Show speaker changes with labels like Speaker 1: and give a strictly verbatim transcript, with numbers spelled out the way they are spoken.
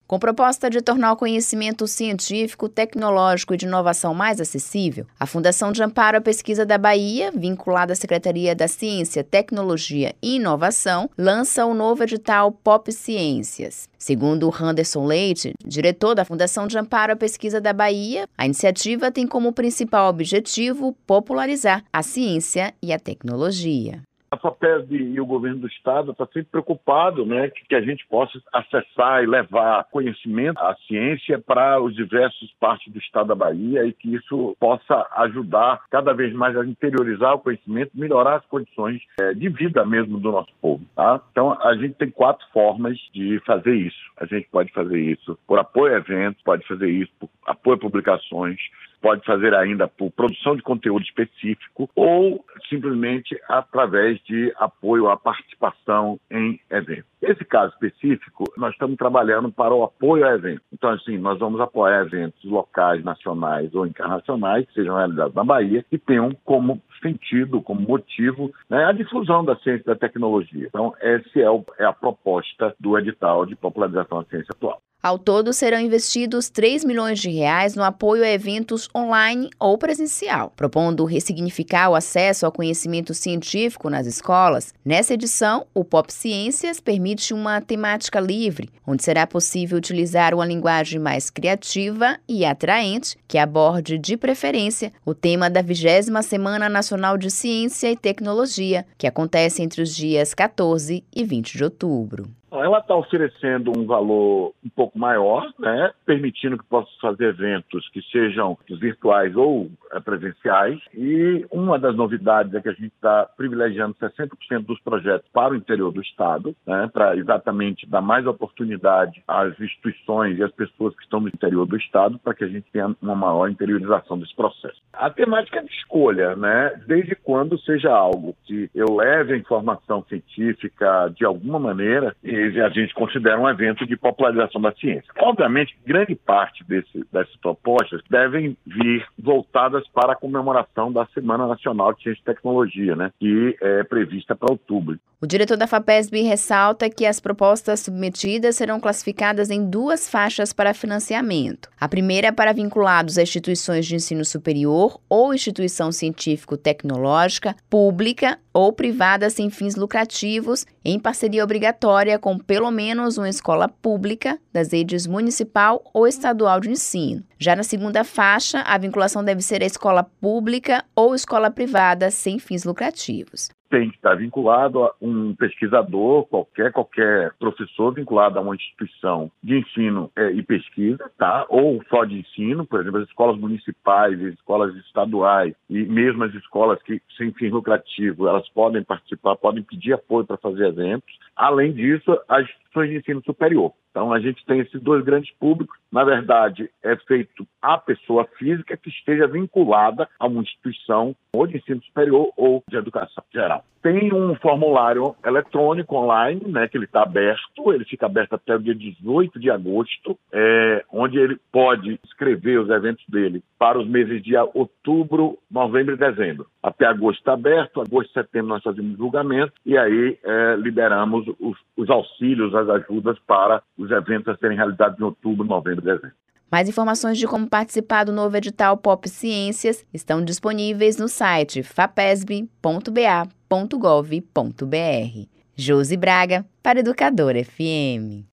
Speaker 1: Com proposta de tornar o conhecimento científico, tecnológico e de inovação mais acessível, a Fundação de Amparo à Pesquisa da Bahia, vinculada à Secretaria da Ciência, Tecnologia e Inovação, lança o novo edital Pop Ciências. Segundo Anderson Leite, diretor da Fundação de Amparo à Pesquisa da Bahia, a iniciativa tem como principal objetivo popularizar a ciência e a tecnologia.
Speaker 2: A FAPESB e o governo do estado estão sempre preocupados, né, que a gente possa acessar e levar conhecimento à ciência para os diversos partes do estado da Bahia e que isso possa ajudar cada vez mais a interiorizar o conhecimento, melhorar as condições é, de vida mesmo do nosso povo. Tá? Então, a gente tem quatro formas de fazer isso. A gente pode fazer isso por apoio a eventos, pode fazer isso por apoio a publicações, pode fazer ainda por produção de conteúdo específico ou simplesmente através de apoio à participação em eventos. Nesse caso específico, nós estamos trabalhando para o apoio a eventos. Então, assim, nós vamos apoiar eventos locais, nacionais ou internacionais que sejam realizados na Bahia e tenham como sentido, como motivo, né, a difusão da ciência e da tecnologia. Então, essa é, o, é a proposta do edital de popularização da ciência atual.
Speaker 1: Ao todo, serão investidos três milhões de reais no apoio a eventos online ou presencial. Propondo ressignificar o acesso ao conhecimento científico nas escolas, nessa edição, o Pop Ciências permite uma temática livre, onde será possível utilizar uma linguagem mais criativa e atraente, que aborde, de preferência, o tema da vigésima Semana Nacional de Ciência e Tecnologia, que acontece entre os dias quatorze e vinte de outubro.
Speaker 2: Ela está oferecendo um valor um pouco maior, né, permitindo que possa fazer eventos que sejam virtuais ou é, presenciais. E uma das novidades é que a gente está privilegiando sessenta por cento dos projetos para o interior do estado, né, para exatamente dar mais oportunidade às instituições e às pessoas que estão no interior do estado para que a gente tenha uma maior interiorização desse processo. A temática é de escolha, né, desde quando seja algo que eu leve a informação científica de alguma maneira e a gente considera um evento de popularização da ciência. Obviamente, grande parte desse, dessas propostas devem vir voltadas para a comemoração da Semana Nacional de Ciência e Tecnologia, né, que é prevista para outubro.
Speaker 1: O diretor da FAPESB ressalta que as propostas submetidas serão classificadas em duas faixas para financiamento. A primeira é para vinculados a instituições de ensino superior ou instituição científico-tecnológica, pública ou privada sem fins lucrativos, em parceria obrigatória com pelo menos uma escola pública das redes municipal ou estadual de ensino. Já na segunda faixa, a vinculação deve ser a escola pública ou escola privada sem fins lucrativos.
Speaker 2: Tem que estar vinculado a um pesquisador, qualquer, qualquer professor vinculado a uma instituição de ensino é, e pesquisa, tá? Ou só de ensino, por exemplo, as escolas municipais, as escolas estaduais e mesmo as escolas que sem fim lucrativo, elas podem participar, podem pedir apoio para fazer eventos. Além disso, as instituições de ensino superior. Então, a gente tem esses dois grandes públicos. Na verdade, é feito a pessoa física que esteja vinculada a uma instituição ou de ensino superior ou de educação geral. Tem um formulário eletrônico online, né, que ele está aberto, ele fica aberto até o dia dezoito de agosto, é, onde ele pode escrever os eventos dele para os meses de outubro, novembro e dezembro. Até agosto está aberto, agosto e setembro nós fazemos julgamento e aí é, liberamos os, os auxílios, as ajudas para os eventos a serem realizados em outubro, novembro e dezembro.
Speaker 1: Mais informações de como participar do novo edital Pop Ciências estão disponíveis no site fapesb ponto b a ponto gov ponto b r. Josi Braga, para Educadora F M.